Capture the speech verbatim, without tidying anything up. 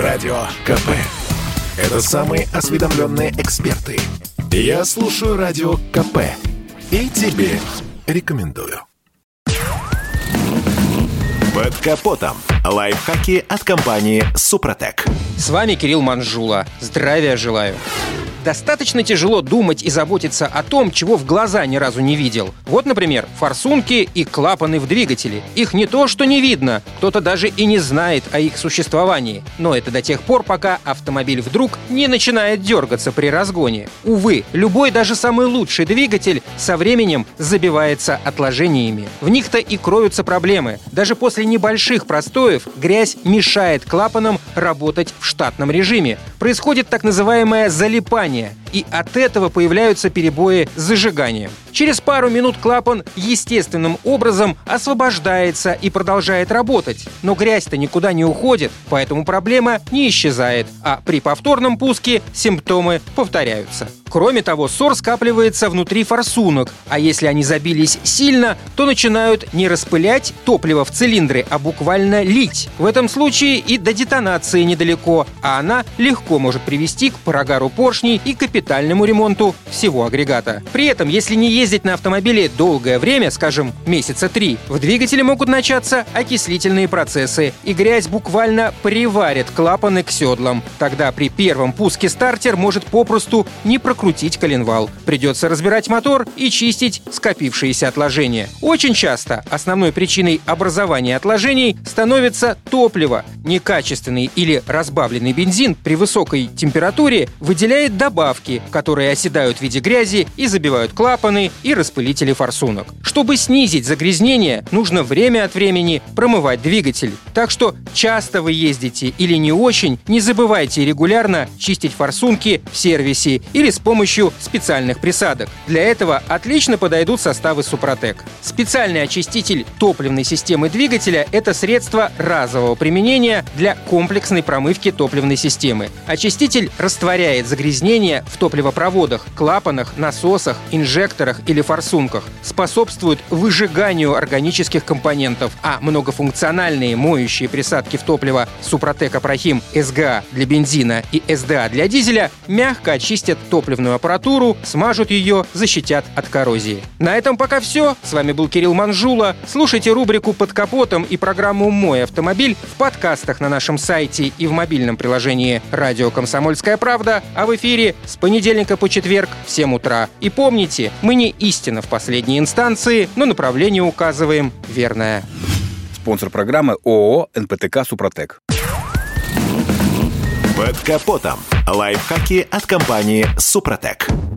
Радио КП. Это самые осведомленные эксперты. Я слушаю Радио КП и тебе рекомендую. Под капотом. Лайфхаки от компании «Супротек». С вами Кирилл Манжула. Здравия желаю. Достаточно тяжело думать и заботиться о том, чего в глаза ни разу не видел. Вот, например, форсунки и клапаны в двигателе. Их не то, что не видно, кто-то даже и не знает о их существовании. Но это до тех пор, пока автомобиль вдруг не начинает дергаться при разгоне. Увы, любой, даже самый лучший двигатель со временем забивается отложениями. В них-то и кроются проблемы. Даже после небольших простоев грязь мешает клапанам работать в штатном режиме. Происходит так называемое залипание, и от этого появляются перебои с зажиганием. Через пару минут клапан естественным образом освобождается и продолжает работать. Но грязь-то никуда не уходит, поэтому проблема не исчезает, а при повторном пуске симптомы повторяются. Кроме того, ссор скапливается внутри форсунок, а если они забились сильно, то начинают не распылять топливо в цилиндры, а буквально лить. В этом случае и до детонации недалеко, а она легко может привести к прогару поршней и капитальному ремонту всего агрегата. При этом, если не ездить на автомобиле долгое время, скажем, месяца три, в двигателе могут начаться окислительные процессы, и грязь буквально приварит клапаны к седлам. Тогда при первом пуске стартер может попросту не прокрутить коленвал. Придется разбирать мотор и чистить скопившиеся отложения. Очень часто основной причиной образования отложений становится топливо. Некачественный или разбавленный бензин при высокой температуре выделяет добавки, которые оседают в виде грязи и забивают клапаны и распылители форсунок. Чтобы снизить загрязнение, нужно время от времени промывать двигатель. Так что часто вы ездите или не очень, не забывайте регулярно чистить форсунки в сервисе или с помощью специальных присадок. Для этого отлично подойдут составы Супротек. Специальный очиститель топливной системы двигателя – это средство разового применения для комплексной промывки топливной системы. Очиститель растворяет загрязнения в топливопроводах, клапанах, насосах, инжекторах или форсунках, способствует выжиганию органических компонентов, а многофункциональные моющие присадки в топливо Супротек Апрахим эс гэ а для бензина и эс дэ а для дизеля мягко очистят топливную аппаратуру, смажут ее, защитят от коррозии. На этом пока все. С вами был Кирилл Манжула. Слушайте рубрику «Под капотом» и программу «Мой автомобиль» в подкастах на нашем сайте и в мобильном приложении «Радио Комсомольская правда», а в эфире с понедельника по четверг в семь утра. И помните, мы не истина в последней инстанции, но направление указываем верное. Спонсор программы ООО эн пэ тэ ка «Супротек». Под капотом. Лайфхаки от компании «Супротек».